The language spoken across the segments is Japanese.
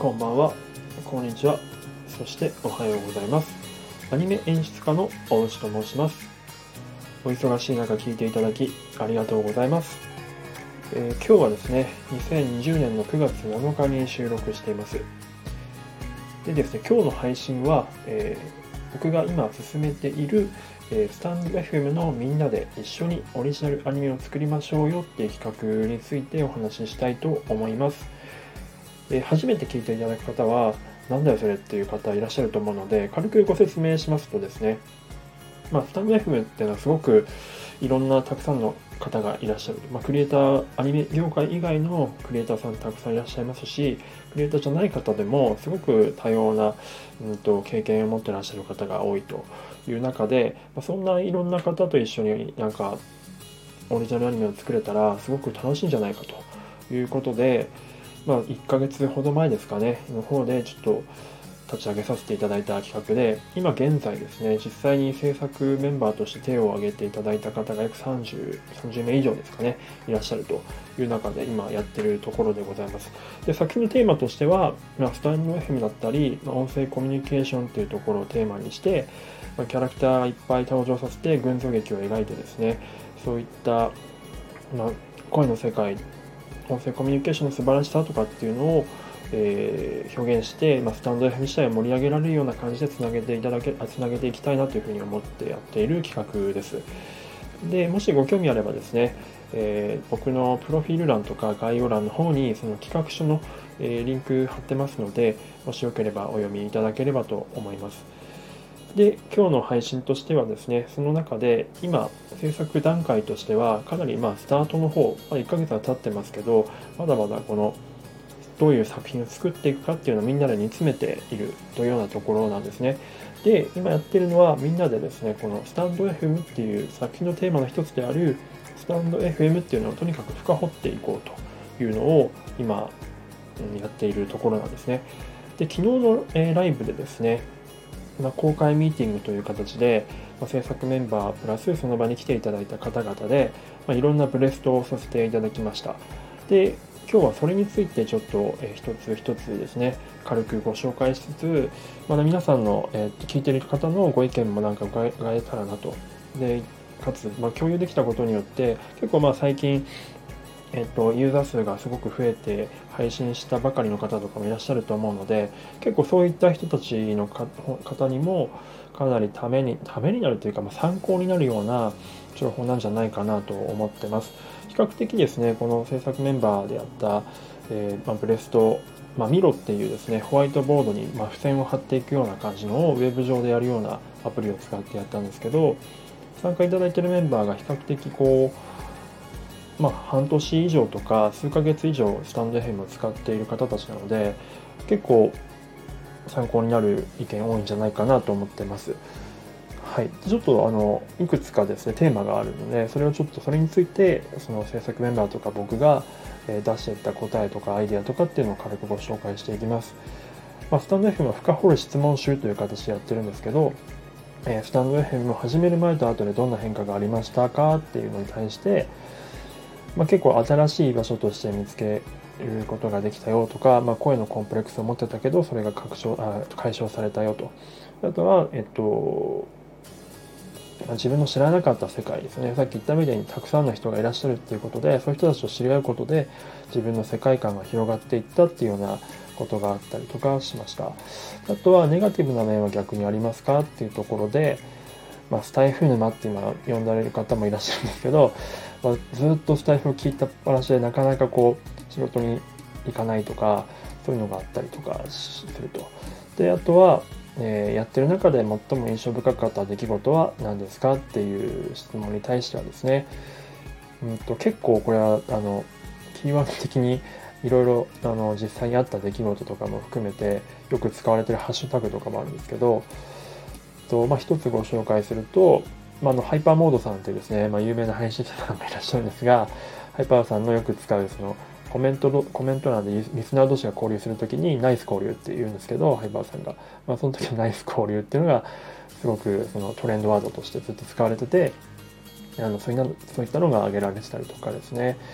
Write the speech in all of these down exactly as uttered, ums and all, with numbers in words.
こんばんは、こんにちは、そしておはようございます。アニメ演出家の大内と申します。お忙しい中聞いていただきありがとうございます。えー、今日はですね、にせんにじゅうねんのくがつなのかに収録しています。でですね、今日の配信は、えー、僕が今進めている、えー、スタンド エフエム のみんなで一緒にオリジナルアニメを作りましょうよっていう企画についてお話ししたいと思います。えー、初めて聞いていただく方はなんだよそれっていう方いらっしゃると思うので、軽くご説明しますとですね、まあ、スタンド エフエム っていうのはすごくいろんなたくさんの方がいらっしゃる、まあ、クリエイター、アニメ業界以外のクリエイターさんたくさんいらっしゃいますし、クリエイターじゃない方でもすごく多様な、うん、と経験を持っていらっしゃる方が多いという中で、まあ、そんないろんな方と一緒になんかオリジナルアニメを作れたらすごく楽しいんじゃないかということで、まあ、いっかげつほど前ですかねの方でちょっと立ち上げさせていただいた企画で、今現在ですね、実際に制作メンバーとして手を挙げていただいた方が約さんじゅう、さんじゅうめい以上ですかね、いらっしゃるという中で今やっているところでございます。で、作品のテーマとしては、まあ、スタンド エフエム だったり、まあ、音声コミュニケーションというところをテーマにして、まあ、キャラクターいっぱい登場させて群像劇を描いてですね、そういった、まあ、声の世界、音声コミュニケーションの素晴らしさとかっていうのをえー、表現して、まあ、スタンド エフエム 自体を盛り上げられるような感じでつなげていただけ、つなげていきたいなというふうに思ってやっている企画です。で、もしご興味あればですね、えー、僕のプロフィール欄とか概要欄の方にその企画書の、えー、リンク貼ってますので、もしよければお読みいただければと思います。で、今日の配信としてはですね、その中で今制作段階としてはかなりまあスタートの方、まあ、いっかげつは経ってますけど、まだまだこのどういう作品を作っていくかっていうのをみんなで煮詰めているというようなところなんですね。で、今やってるのはみんなでですね、このスタンド エフエム っていう作品のテーマの一つであるスタンド エフエム っていうのをとにかく深掘っていこうというのを今やっているところなんですね。で、昨日のライブでですね、まあ、公開ミーティングという形で、まあ、制作メンバープラスその場に来ていただいた方々で、まあ、いろんなブレストをさせていただきました。で、今日はそれについてちょっと、えー、一つ一つですね、軽くご紹介しつつ、まだ皆さんの、えー、聞いている方のご意見もなんか伺えたらなと。で、かつ、まあ、共有できたことによって、結構まあ最近、えっと、ユーザー数がすごく増えて配信したばかりの方とかもいらっしゃると思うので、結構そういった人たちの方にもかなりために、ためになるというか、まあ、参考になるような情報なんじゃないかなと思ってます。比較的ですね、この制作メンバーであった、えーまあ、ブレスト、まあ、ミロっていうですね、ホワイトボードに、まあ、付箋を貼っていくような感じのをウェブ上でやるようなアプリを使ってやったんですけど、参加いただいているメンバーが比較的こう、まあ、半年以上とか数ヶ月以上スタンド エフエム を使っている方たちなので、結構参考になる意見多いんじゃないかなと思ってます。はい、ちょっとあのいくつかですねテーマがあるので、それをちょっとそれについてその制作メンバーとか僕が出していった答えとかアイデアとかっていうのを軽くご紹介していきます。まあ、スタンド エフエム は深掘る質問集という形でやってるんですけど、えー、スタンド エフエム を始める前と後でどんな変化がありましたかっていうのに対して、まあ、結構新しい場所として見つけることができたよとか、まあ、声のコンプレックスを持ってたけどそれが解消、あ、解消されたよと。あとは、えっと自分の知らなかった世界ですね。さっき言ったみたいにたくさんの人がいらっしゃるっていうことで、そういう人たちと知り合うことで自分の世界観が広がっていったっていうようなことがあったりとかしました。あとはネガティブな面は逆にありますかっていうところで、まあ、スタイフ沼って今呼んだれる方もいらっしゃるんですけど、まあ、ずっとスタイフを聞いたっぱなしでなかなかこう仕事に行かないとか、そういうのがあったりとかすると。で、あとはえー、やってる中で最も印象深かった出来事は何ですかっていう質問に対してはですね、うんと結構これはあのキーワード的にいろいろあの実際にあった出来事とかも含めてよく使われてるハッシュタグとかもあるんですけど、とまあ、一つご紹介すると、まあ、あのハイパーモードさんというですね、まあ、有名な配信者さんがいらっしゃるんですが、ハイパーさんのよく使うそのコメントコメント欄でリスナー同士が交流するときにナイス交流って言うんですけど、ハイパーさんが、まあ、その時のナイス交流っていうのがすごくそのトレンドワードとしてずっと使われてて、あのそういったそういったのが挙げられてたりとかですね。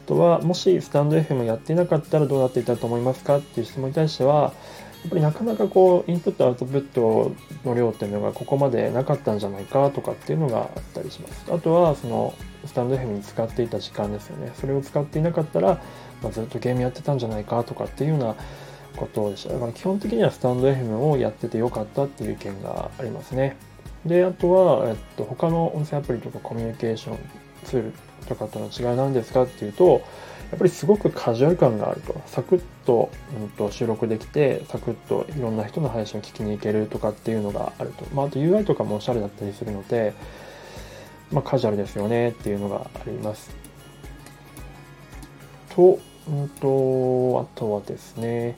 とは、もしスタンド エフエム やっていなかったらどうなっていたと思いますかっていう質問に対しては、やっぱりなかなかこうインプットアウトプットの量っていうのがここまでなかったんじゃないかとかっていうのがあったりします。あとはそのスタンド エフエム に使っていた時間ですよね。それを使っていなかったら、まあ、ずっとゲームやってたんじゃないかとかっていうようなことでした。だから基本的にはスタンド エフエム をやっててよかったっていう意見がありますね。で、あとは、えっと、他の音声アプリとかコミュニケーションツールとかとの違いなんですかっていうと、やっぱりすごくカジュアル感があると。サクッと、うん、と収録できて、サクッといろんな人の配信を聞きに行けるとかっていうのがあると。まあ、あと ユーアイ とかもおしゃれだったりするので、まあ、カジュアルですよねっていうのがあります。と、うんと、あとはですね、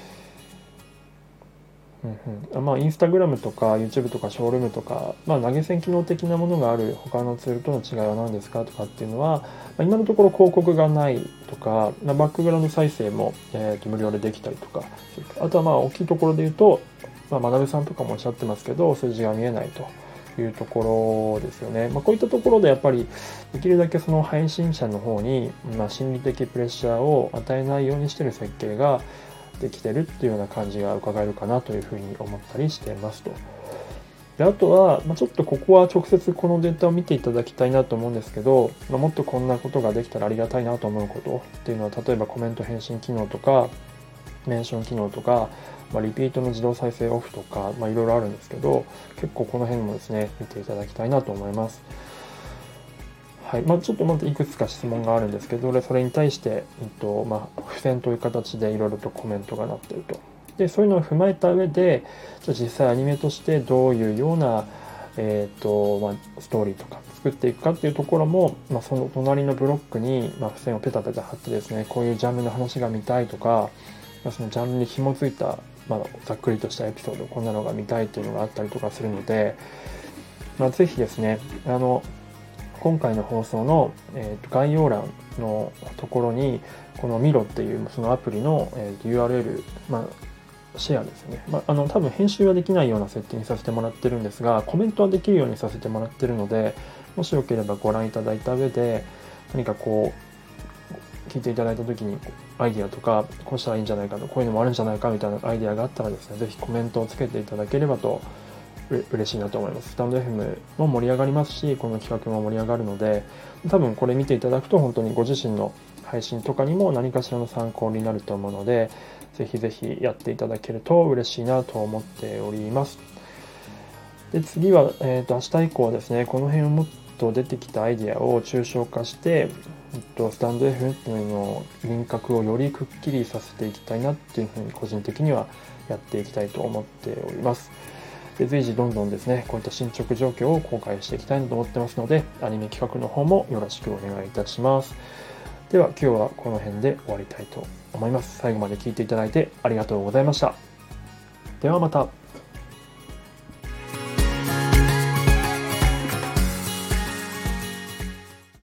うんうん、まあ、インスタグラムとか YouTube とかショールームとか、まあ、投げ銭機能的なものがある他のツールとの違いは何ですかとかっていうのは、まあ、今のところ広告がないとか、まあ、バックグラウンド再生も、えー、と無料でできたりとか、あとはまあ大きいところで言うと、まあ、学さんとかもおっしゃってますけど、数字が見えないというところですよね。まあ、こういったところでやっぱりできるだけその配信者の方に、まあ、心理的プレッシャーを与えないようにしている設計ができてるっていうような感じが伺えるかなというふうに思ったりしていますと。で、あとは、まあ、ちょっとここは直接このデータを見ていただきたいなと思うんですけど、まあ、もっとこんなことができたらありがたいなと思うことっていうのは、例えばコメント返信機能とかメンション機能とか、まあ、リピートの自動再生オフとか、まあ、いろいろあるんですけど、結構この辺もですね見ていただきたいなと思います。はい、まあ、ちょっとまたいくつか質問があるんですけど、それに対して、えっとまあ、付箋という形でいろいろとコメントがなっていると。で、そういうのを踏まえた上で、じゃあ実際アニメとしてどういうような、えっとまあ、ストーリーとか作っていくかっていうところも、まあ、その隣のブロックに、まあ、付箋をペタペタ貼ってですね、こういうジャンルの話が見たいとか、まあ、そのジャンルに紐づいた、まあ、ざっくりとしたエピソード、こんなのが見たいっていうのがあったりとかするので、まあ、ぜひですね、あの今回の放送の、えー、と概要欄のところにこのミロっていうそのアプリの、えー、と ユーアールエル、まあ、シェアですよね、まあ、あの多分編集はできないような設定にさせてもらってるんですが、コメントはできるようにさせてもらってるので、もしよければご覧いただいた上で何かこう聞いていただいた時にアイディアとか、こうしたらいいんじゃないかと、こういうのもあるんじゃないかみたいなアイディアがあったらですね、ぜひコメントをつけていただければとう嬉しいなと思います。スタンド エフエム も盛り上がりますし、この企画も盛り上がるので、多分これ見ていただくと本当にご自身の配信とかにも何かしらの参考になると思うので、ぜひぜひやっていただけると嬉しいなと思っております。で、次は、えーと、明日以降はですね、この辺をもっと出てきたアイデアを抽象化して、えっと、スタンド エフエム っていうのの輪郭をよりくっきりさせていきたいなっていうふうに個人的にはやっていきたいと思っております。で、随時どんどんですね、こういった進捗状況を公開していきたいなと思ってますので、アニメ企画の方もよろしくお願いいたします。では今日はこの辺で終わりたいと思います。最後まで聞いていただいてありがとうございました。ではまた。